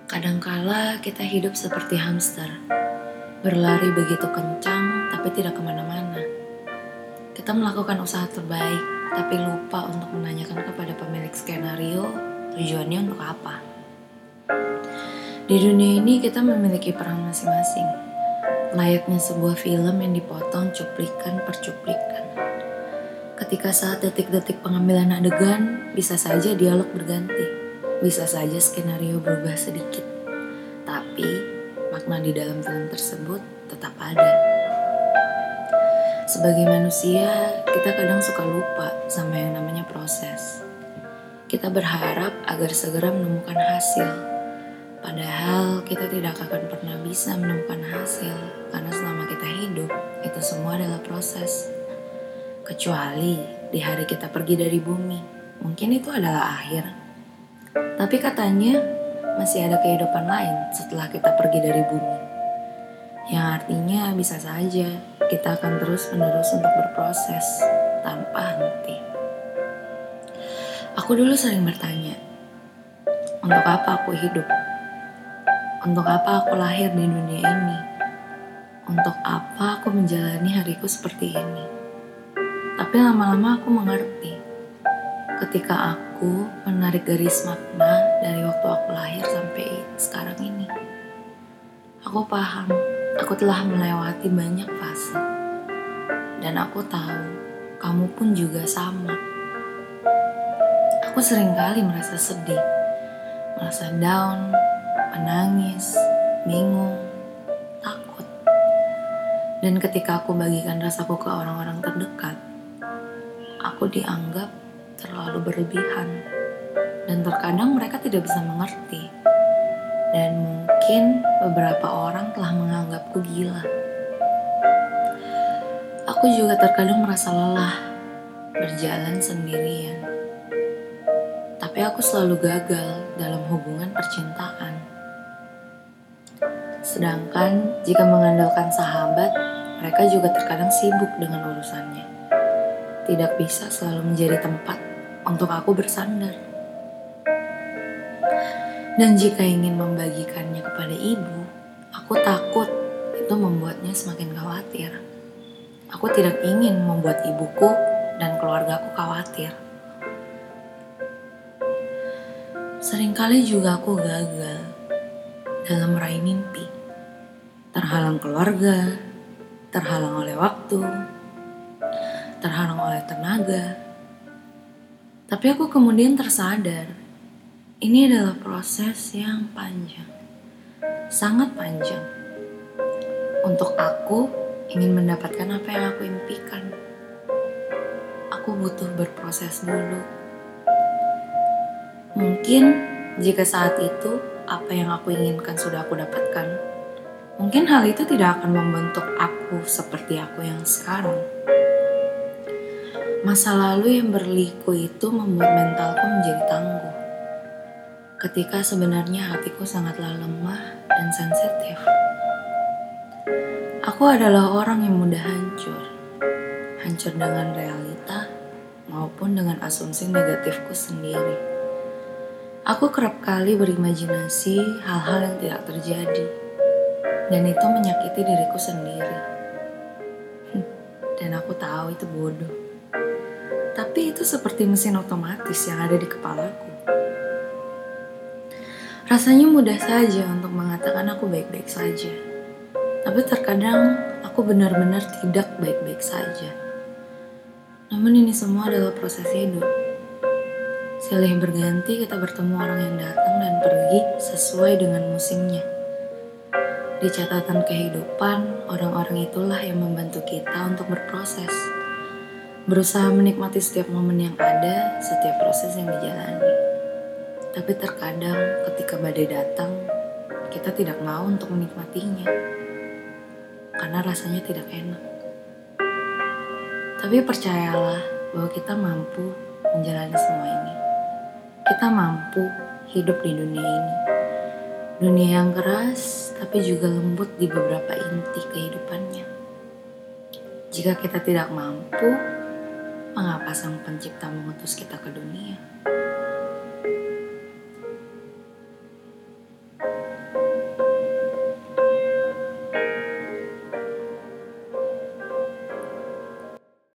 Kadangkala kita hidup seperti hamster, berlari begitu kencang tapi tidak kemana-mana. Kita melakukan usaha terbaik, tapi lupa untuk menanyakan kepada pemilik skenario tujuannya untuk apa. Di dunia ini kita memiliki peran masing-masing, layaknya sebuah film yang dipotong cuplikan per cuplikan. Ketika saat detik-detik pengambilan adegan, bisa saja dialog berganti, bisa saja skenario berubah sedikit, tapi makna di dalam film tersebut tetap ada. Sebagai manusia, kita kadang suka lupa sama yang namanya proses. Kita berharap agar segera menemukan hasil, padahal kita tidak akan pernah bisa menemukan hasil karena selama kita hidup, itu semua adalah proses. Kecuali di hari kita pergi dari bumi, mungkin itu adalah akhir. Tapi katanya masih ada kehidupan lain setelah kita pergi dari bumi. Yang artinya bisa saja kita akan terus-menerus untuk berproses tanpa henti. Aku dulu sering bertanya, untuk apa aku hidup? Untuk apa aku lahir di dunia ini? Untuk apa aku menjalani hariku seperti ini? Tapi lama-lama aku mengerti. Ketika aku menarik garis makna dari waktu aku lahir sampai sekarang ini, aku paham, aku telah melewati banyak fase. Dan aku tahu, kamu pun juga sama. Aku seringkali merasa sedih, merasa down, menangis, bingung, takut. Dan ketika aku bagikan rasaku ke orang-orang terdekat, aku dianggap terlalu berlebihan. Dan terkadang mereka tidak bisa mengerti. Dan mungkin beberapa orang telah menganggapku gila. Aku juga terkadang merasa lelah berjalan sendirian. Tapi aku selalu gagal dalam hubungan percintaan. Sedangkan jika mengandalkan sahabat, mereka juga terkadang sibuk dengan urusannya. Tidak bisa selalu menjadi tempat untuk aku bersandar. Dan jika ingin membagikannya kepada ibu, aku takut itu membuatnya semakin khawatir. Aku tidak ingin membuat ibuku dan keluargaku khawatir. Seringkali juga aku gagal dalam meraih mimpi. Terhalang keluarga, terhalang oleh waktu, terhalang oleh tenaga. Tapi aku kemudian tersadar, ini adalah proses yang panjang, sangat panjang. Untuk aku ingin mendapatkan apa yang aku impikan, aku butuh berproses dulu. Mungkin jika saat itu apa yang aku inginkan sudah aku dapatkan, mungkin hal itu tidak akan membentuk aku seperti aku yang sekarang. Masa lalu yang berliku itu membuat mentalku menjadi tangguh. Ketika sebenarnya hatiku sangatlah lemah dan sensitif. Aku adalah orang yang mudah hancur. Hancur dengan realita maupun dengan asumsi negatifku sendiri. Aku kerap kali berimajinasi hal-hal yang tidak terjadi. Dan itu menyakiti diriku sendiri. Dan aku tahu itu bodoh. Tapi itu seperti mesin otomatis yang ada di kepalaku. Rasanya mudah saja untuk mengatakan aku baik-baik saja. Tapi terkadang aku benar-benar tidak baik-baik saja. Namun ini semua adalah proses hidup. Silih berganti kita bertemu orang yang datang dan pergi sesuai dengan musimnya. Di catatan kehidupan, orang-orang itulah yang membantu kita untuk berproses. Berusaha menikmati setiap momen yang ada, setiap proses yang dijalani. Tapi terkadang ketika badai datang, kita tidak mau untuk menikmatinya. Karena rasanya tidak enak. Tapi percayalah bahwa kita mampu menjalani semua ini. Kita mampu hidup di dunia ini. Dunia yang keras, tapi juga lembut di beberapa inti kehidupannya. Jika kita tidak mampu, mengapa Sang Pencipta mengutus kita ke dunia?